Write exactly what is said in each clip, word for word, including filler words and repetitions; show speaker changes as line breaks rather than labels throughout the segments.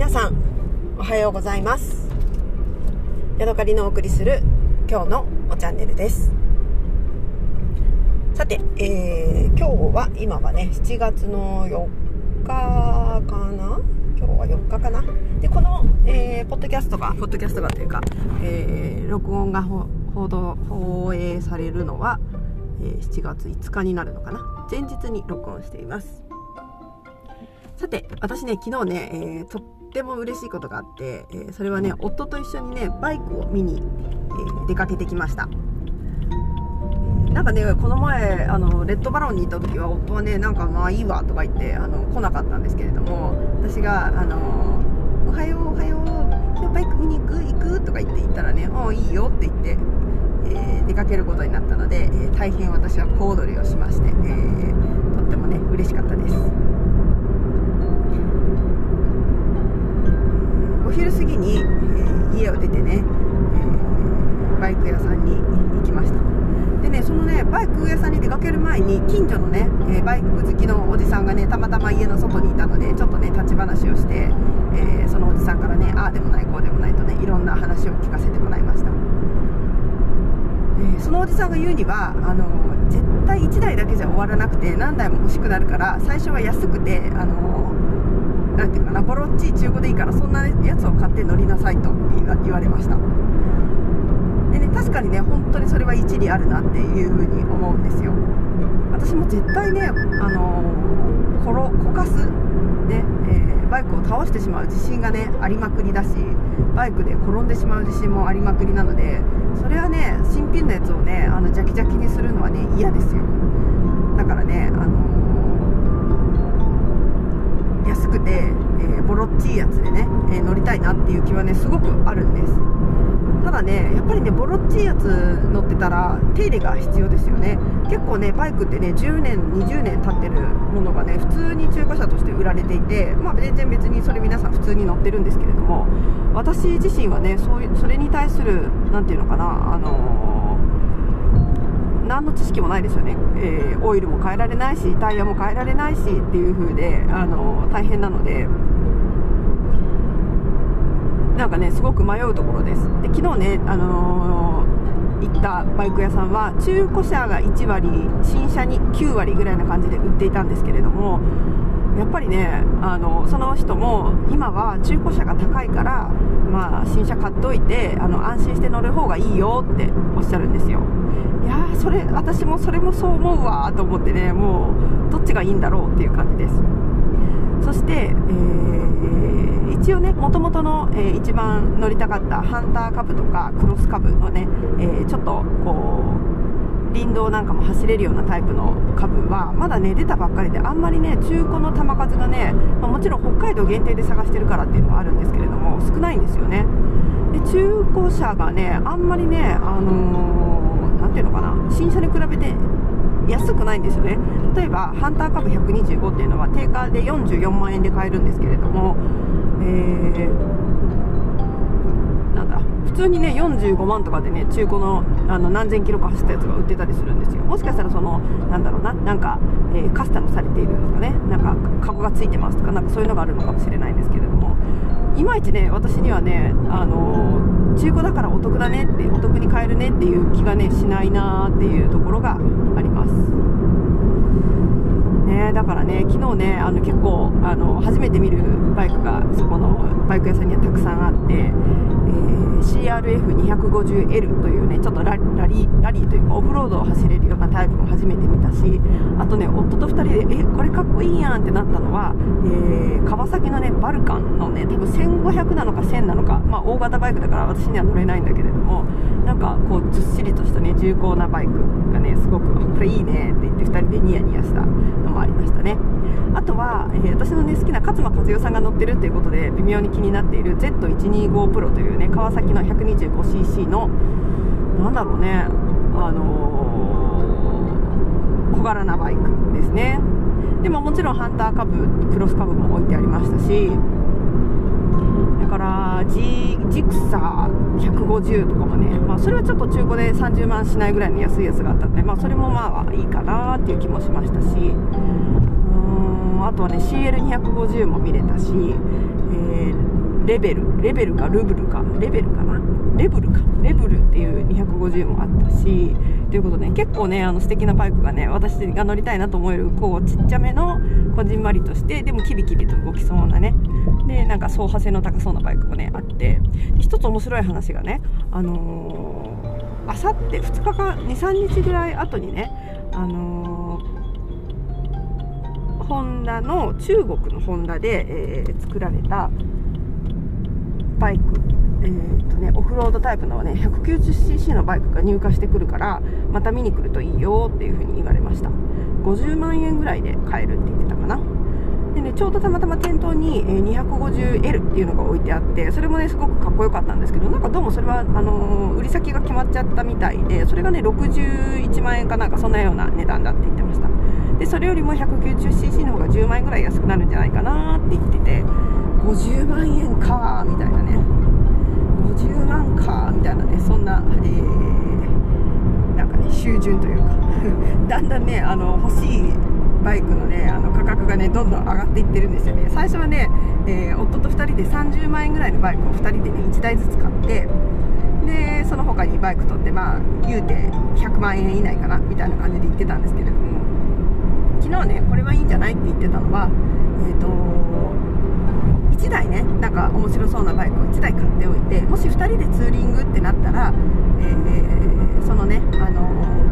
皆さんおはようございます。ヤドカリのお送りする今日のおチャンネルです。さて、えー、今日は今はねしちがつのよっかかな今日はよっかかなで、この、えー、ポッドキャストがポッドキャストがというか、えー、録音が報道放映されるのは、えー、しちがついつかになるのかな。前日に録音しています。さて、私ね昨日ね、えー、とっても嬉しいことがあって、えー、それはね夫と一緒にねバイクを見に、えー、出かけてきました。なんかねこの前あのレッドバロンに行った時は夫はねなんかまあいいわとか言ってあの来なかったんですけれども、私があのおはようおはようバイク見に行く行くとか言って言ったらねおいいよって言って、えー、出かけることになったので、えー、大変私は小躍りをしまして、えー、とってもね嬉しかったです。お昼過ぎに、えー、家を出てね、えー、バイク屋さんに行きました。でね、そのねバイク屋さんに出かける前に近所のね、えー、バイク好きのおじさんがねたまたま家の外にいたのでちょっとね立ち話をして、えー、そのおじさんからねああでもないこうでもないとねいろんな話を聞かせてもらいました。えー、そのおじさんが言うにはあの絶対いちだいだけじゃ終わらなくて何台も欲しくなるから最初は安くてあのなんていうかなボロっちい中古でいいからそんなやつを買って乗りなさいと言われました。でね、確かにね本当にそれは一理あるなっていうふうに思うんですよ。私も絶対ね、あのー、ころこかす、ねえー、バイクを倒してしまう自信がねありまくりだし、バイクで転んでしまう自信もありまくりなので、それはね新品のやつをねあのジャキジャキにするのはね嫌ですよ。だからね、あのー、安くて、えー、ボロっちいやつでね、えー、乗りたいなっていう気はねすごくあるんです。ただねやっぱりねボロっちいやつ乗ってたら手入れが必要ですよね。結構ねバイクってねじゅうねんにじゅうねん経ってるものがね普通に中古車として売られていて、まあ全然別にそれ皆さん普通に乗ってるんですけれども、私自身はねそういうそれに対するなんていうのかな、あのー、何の知識もないですよね。えー、オイルも変えられないしタイヤも変えられないしっていう風で、あのー、大変なのでなんかねすごく迷うところです。で昨日ね、あのー、行ったバイク屋さんは中古車がいちわり新車にきゅうわりぐらいな感じで売っていたんですけれども、やっぱりねあのその人も今は中古車が高いから、まあ、新車買っといてあの安心して乗る方がいいよっておっしゃるんですよ。いやーそれ私もそれもそう思うわと思ってね、もうどっちがいいんだろうっていう感じです。そして、えー、一応ね元々の、えー、一番乗りたかったハンターカブとかクロスカブのね、えー、ちょっとこう林道なんかも走れるようなタイプのカブはまだね出たばっかりであんまりね中古の弾数がね、まあ、もちろん北海道限定で探してるからっていうのはあるんですけれども少ないんですよね。で中古車がねあんまりねあのー、なんていうのかな新車に比べて安くないんですよね。例えばハンターカブひゃくにじゅうごっていうのは定価でよんじゅうよんまんえんで買えるんですけれども、えー、なんだ普通にねよんじゅうごまんとかでね中古の、あの何千キロか走ったやつが売ってたりするんですよ。もしかしたらそのなんだろうななんか、えー、カスタムされているとかね、なんかカゴがついてますとかなんかそういうのがあるのかもしれないんですけれども、いまいちね私にはね、あのー、中古だからお得だねってお得に買えるねっていう気がねしないなっていうところがありますね。だからね昨日ねあの結構あの初めて見るバイクがそこのバイク屋さんにはたくさんあって、えー、シーアールエフにひゃくごじゅうエル というねちょっとラリラリーラリーというかオフロードを走れるようなタイプも初めて見たし、あとね夫とふたりでえこれかっこいいやんってなったのは、えー、川崎のねバルカンのね多分せんごひゃくなのかせんなのか、まあ大型バイクだから私には乗れないんだけれども、なんかこうずっしりとしたね重厚なバイクがねすごくこれいいねって言ってふたりでニヤニヤしたのもありましたね。あとは、えー、私のね好きな勝間和代さんが乗ってるっていうことで微妙に気になっている ゼットひゃくにじゅうご プロというね川崎の ひゃくにじゅうごシーシー のなんだろうねあのー、小柄なバイクですね。でももちろんハンターカブクロスカブも置いてありましたし、だからジジクサーひゃくごじゅうとかもね、まあ、それはちょっと中古でさんじゅうまんしないぐらいの安いやつがあったので、まあ、それもまあいいかなっていう気もしましたし、うーんあとはね シーエルにひゃくごじゅう も見れたし、えーレベルレベルかルブルかレベルかなレブルかレブルっていうにひゃくごじゅうもあったし、ということで、ね、結構ねあの素敵なバイクがね、私が乗りたいなと思えるこうちっちゃめのこじんまりとしてでもキビキビと動きそうなね、でなんか走破性の高そうなバイクがねあって、一つ面白い話がね、あのー、あさってふつかかん にさんにちぐらい後にね、あのー、ホンダの中国のホンダで、えー、作られたバイク、えーとね、オフロードタイプの、ね、ひゃくきゅうじゅっシーシー のバイクが入荷してくるからまた見に来るといいよっていう風に言われました。ごじゅうまんえんぐらいで買えるって言ってたかな。で、ね、ちょうどたまたま店頭に にひゃくごじゅうエル っていうのが置いてあって、それもねすごくかっこよかったんですけど、なんかどうもそれはあのー、売り先が決まっちゃったみたいで、それがねろくじゅういちまんえんかなんかそんなような値段だって言ってました。でそれよりも ひゃくきゅうじゅっシーシー の方がじゅうまんえんぐらい安くなるんじゃないかなって言ってて、ごじゅうまんえんかーみたいなね、ごじゅうまんかみたいなね、そんな、えー、なんかね週順というかだんだんねあの欲しいバイクのねあの価格がねどんどん上がっていってるんですよね。最初はね、えー、夫とふたりでさんじゅうまんえんぐらいのバイクをふたりでねいちだいずつ買って、でその他にバイク取ってまあ言うてひゃくまんえん以内かなみたいな感じで言ってたんですけれども、昨日ねこれはいいんじゃないって言ってたのは、えーといちだいねなんか面白そうなバイクをいちだい買っておいて、もしふたりでツーリングってなったら、えー、そのね、あの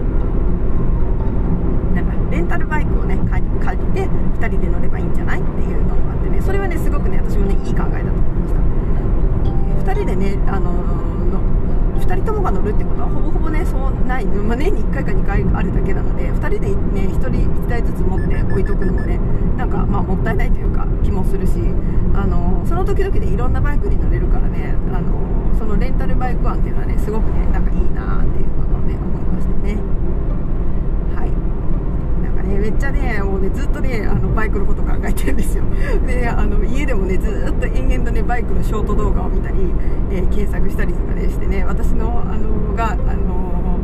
ー、なんかレンタルバイクをね借りてふたりで乗ればいいんじゃないっていうのがあってね、それはねすごくね私もねいい考えだと思いました。えー、ふたりでね、あのー、ふたりともが乗るってことはほぼほぼねそうない、まあ、年にいっかいかにかいあるだけなので、ふたりでねひとりいちだいずつ持って置いとくのもねなんかまあもったいないというか気もするし、あのその時々でいろんなバイクに乗れるからね、あのそのレンタルバイク案っていうのはねすごくねなんかいいなっていうのをね思いましたね。はい、なんかねめっちゃねもうねずっとねあのバイクのこと考えてるんですよ。であの家でもねずっと延々とねバイクのショート動画を見たり、えー、検索したりとかねしてね、私のあのがあの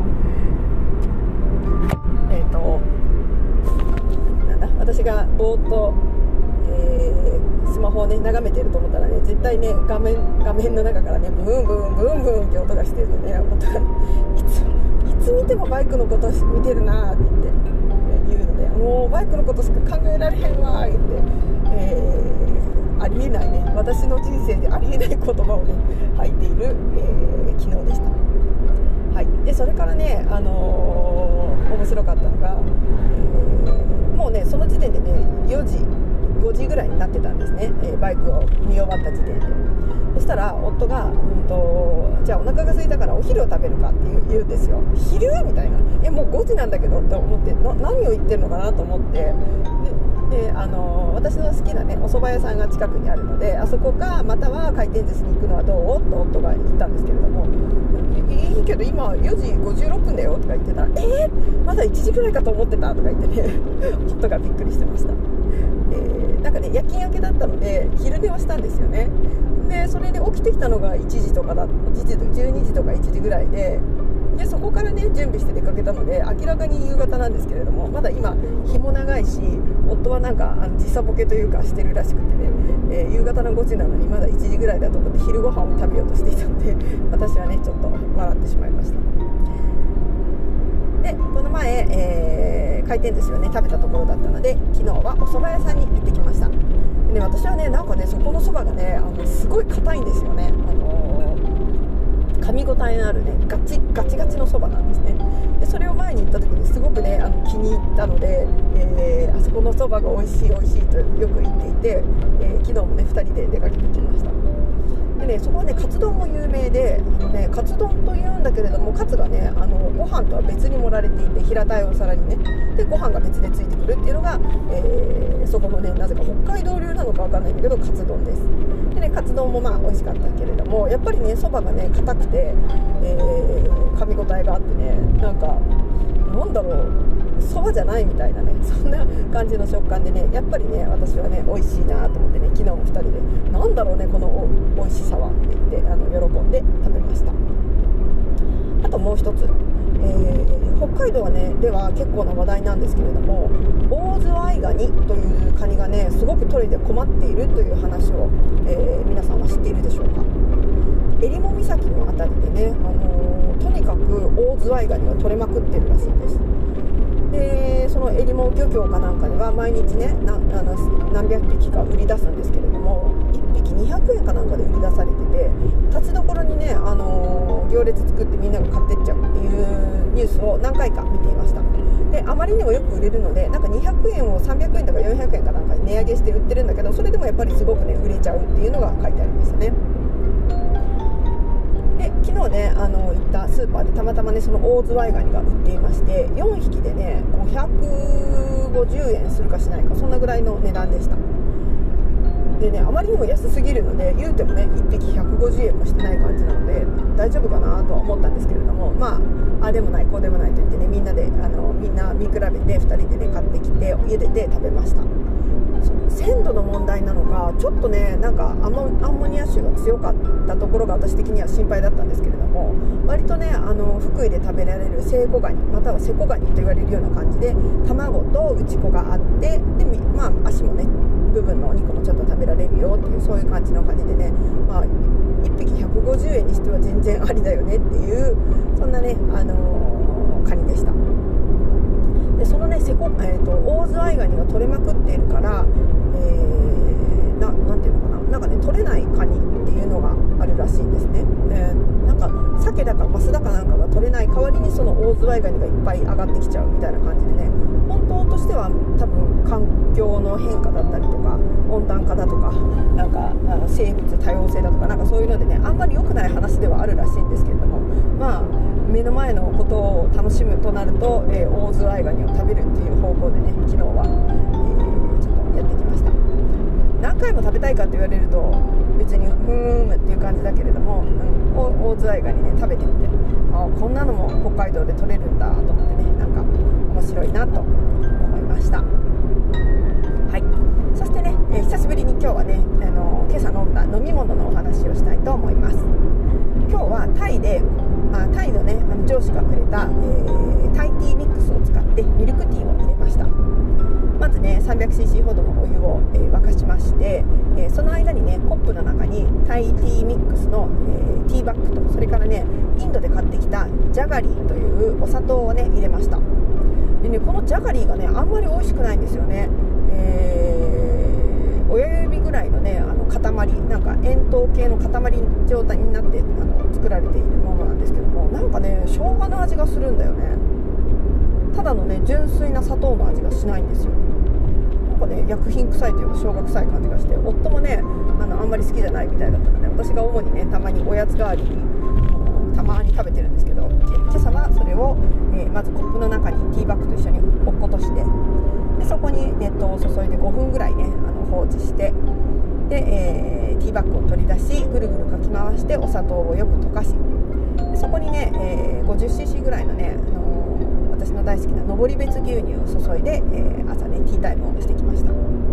えっ、ー、となんだ私がぼーっと、えー、スマホをね眺めてると思ったらね絶対ね画面画面の中からねブーンブーンブーンブーンって音がしてるのね、音がいついつ見てもバイクのこと見てるなーって言って、ね、言うので、もうバイクのことしか考えられへんわー言って、えー、ありえないね、私の人生でありえない言葉をね吐いている、えー、昨日でした。はい、でそれからね、あのー、面白かったのが、えー、もうねその時点でねよじごじぐらいになってたんですね、えー、バイクを見終わった時点で。そしたら夫が、うんと、じゃあお腹が空いたからお昼を食べるかって言うんですよ。昼みたいな、えもうごじなんだけどって思って、な何を言ってるのかなと思って、でで、あのー、私の好きなねお蕎麦屋さんが近くにあるので、あそこかまたは回転寿司に行くのはどうと夫が言ったんですけれども、いいけど今よじごじゅうろっぷんだよとか言ってたら、えー、まだいちじぐらいかと思ってたとか言ってね夫がびっくりしてました。えー、なんかね夜勤明けだったので昼寝をしたんですよね。でそれで起きてきたのがいちじとかだじゅうにじとかいちじぐらいで、でそこからね準備して出かけたので明らかに夕方なんですけれども、まだ今日も長いし夫はなんかあの時差ボケというかしてるらしくてね、えー、夕方のごじなのにまだいちじぐらいだと思って昼ご飯を食べようとしていたので私はねちょっと笑ってしまいました。でこの前、えー、回転寿司をね食べたところだったので昨日はお蕎麦屋さんに行ってきました。で、ね、私はねなんかねそこのそばがねあのすごい硬いんですよね。あのー、噛み応えのあるねガチガチガチのそばなんですね。でそれを前に行った時にすごくねあの気に入ったので、えー、あそこのそばが美味しい美味しいとよく言っていて、えー、昨日もねふたりで出かけてきました。でね、そこはねカツ丼も有名で、あの、ね、カツ丼というんだけれどもカツがねあのご飯とは別に盛られていて平たいお皿にねでご飯が別でついてくるっていうのが、えー、そこのねなぜか北海道流なのかわかんないんだけどカツ丼です。でねカツ丼もまあ美味しかったけれどもやっぱりねそばがね硬くて、えー、噛み応えがあってねなんかなんだろうそばじゃないみたいなねそんな感じの食感でねやっぱりね私はね美味しいなと思ってね昨日もふたりでなんだろうねこのお美味しさはって言ってあの喜んで食べました。あともう一つ、えー、北海道はねでは結構な話題なんですけれどもオオズワイガニというカニがねすすごく取れて困っているという話を、えー、皆さんは知っているでしょうか。襟裳岬のあたりでね、あのー、とにかくオオズワイガニが取れまくってるらしいんです。でその襟裳漁協かなんかでは毎日ねなあの何百匹か売り出すんですけれども、いっぴきにひゃくえんかなんかで売り出されてて、立ちどころにね、あのー、行列作ってみんなが買ってっちゃうっていうニュースを何回か見ていました。であまりにもよく売れるので、なんかにひゃくえんをさんびゃくえんとかよんひゃくえんかなんかに値上げして売ってるんだけど、それでもやっぱりすごくね売れちゃうっていうのが書いてありましたね。で昨日ねあの行ったスーパーでたまたまねそのオオズワイガニが売っていまして、よんひきでねごひゃくごじゅうえんするかしないか、そんなぐらいの値段でした。でねあまりにも安すぎるので、言うてもねいっぴきひゃくごじゅうえんもしてない感じなので大丈夫かなとは思ったんですけれども、まああでもないこうでもないと言ってね、みんなであのみんな見比べてふたりでね買ってきて茹でて食べました。その鮮度の問題なのか、ちょっとねなんかアンモ、アンモニア臭が強かったところが私的には心配だったんですけれども、割とねあの福井で食べられるセイコガニまたはセコガニと言われるような感じで、卵と内子があって、でまあ足もね部分のお肉もちょっと食べられるよっていう、そういう感じの感じでね、まあ、いっぴきひゃくごじゅうえんにしては全然ありだよねっていう、そんなね、あのー、カニでした。でそのねセコ、えーと、オオズワイガニが取れまくっているから、えー、な, なんていうのかななんかね取れないカニっていうのがあるらしいんですね。でなんか鮭だかマスだかなんかが取れない代わりにそのオオズワイガニがいっぱい上がってきちゃうみたいな感じでね、本当としては多分環境の変化だったりとか温暖化だとかなんかあの生物多様性だとかなんかそういうのでねあんまり良くない話ではあるらしいんですけれども、まあ目の前のことを楽しむとなると、えー、オオズワイガニを食べるっていう方向でね昨日は、えー、ちょっとやってきました。何回も食べたいかって言われると別にふーんっていう感じだけれども、うん、オオズワイガニね食べてみて、あこんなのも北海道で取れるんだと思ってね、なんか面白いなと思いました。はい、そしてね、えー、久しぶりに今日はね、あのー、今朝飲んだ飲み物のお話をしたいと思います。今日はタイであタイのねあの上司がくれた、えー、タイティーミックスを使ってミルクティーを入れました。まずね さんびゃくシーシー ほどのお湯を、えー、沸かしまして、えー、その間にねコップの中にタイティーミックスの、えー、ティーバッグと、それからねインドで買ってきたジャガリーというお砂糖をね入れました。でねこのジャガリーがねあんまり美味しくないんですよね。えー、親指ぐらいのねあの塊なんか円筒形の塊状態になってあの作られているものなんですけども、なんかね生姜の味がするんだよね。ただのね純粋な砂糖の味がしないんですよ。なんかね薬品臭いというか生姜臭い感じがして、夫もねあのあんまり好きじゃないみたいだったので、私が主にねたまにおやつ代わりにたまに食べてるんですけど、今朝はそれを、えー、まずコップの中にティーバッグと一緒に落っことして、でそこに熱湯を注いでごふんぐらいねあの放置して、で、えー、ティーバッグを取り出しぐるぐるかき回してお砂糖をよく溶かし、でそこにね、えー、ごじゅっシーシー ぐらいのね、あのー、私の大好きな登別牛乳を注いで、えー、朝ねティータイムをしてきました。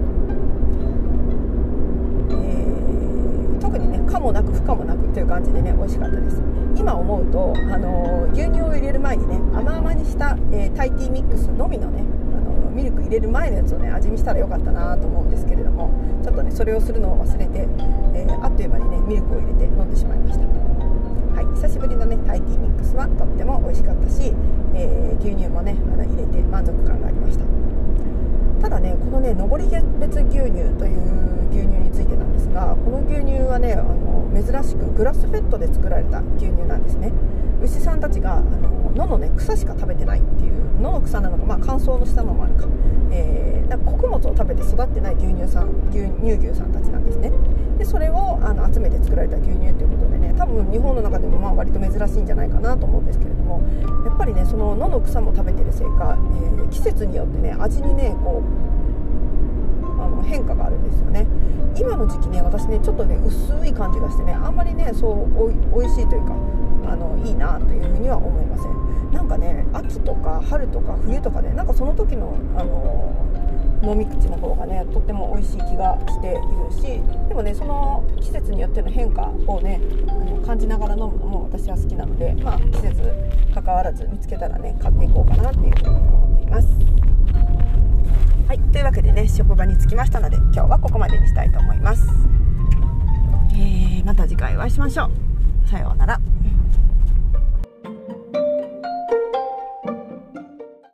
特にね可もなく不可もなくという感じでね美味しかったです。今思うと、あのー、牛乳を入れる前にね甘々にした、えー、タイティーミックスのみのね、あのー、ミルク入れる前のやつをね味見したらよかったなと思うんですけれども、ちょっとねそれをするのを忘れて、えー、あっという間にねミルクを入れて飲んでしまいました。はい、久しぶりのねタイティーミックスはとっても美味しかったし、えー、牛乳もねあの入れて満足感がありました。ただねこのね登別牛乳という牛乳についてなんですが、この牛乳はねあの珍しくグラスフェッドで作られた牛乳なんですね。牛さんたちがあの野の、ね、草しか食べてないっていう、野の草なのか、まあ、乾燥のしたのもあるか、えー、だから穀物を食べて育ってない牛乳さん 牛, 乳牛さんたちなんですね。でそれをあの集めて作られた牛乳ということでね、多分日本の中でもまあ割と珍しいんじゃないかなと思うんですけれども、やっぱりねその野の草も食べてるせいか、えー、季節によってね味にねこうあの変化があるんですよね。今の時期ね私ねちょっとね薄い感じがしてね、あんまりねそうおい、おいしいというかあのいいなというふうには思いません。なんかね秋とか春とか冬とかね、なんかその時のあの飲み口の方がねとっても美味しい気がしているし、でもねその季節によっての変化をねあの感じながら飲むのも私は好きなので、まあ季節関わらず見つけたらね買っていこうかなっていうふうに思っています。はい、というわけでね、職場に着きましたので今日はここまでにしたいと思います。えー、また次回お会いしましょう。さようなら。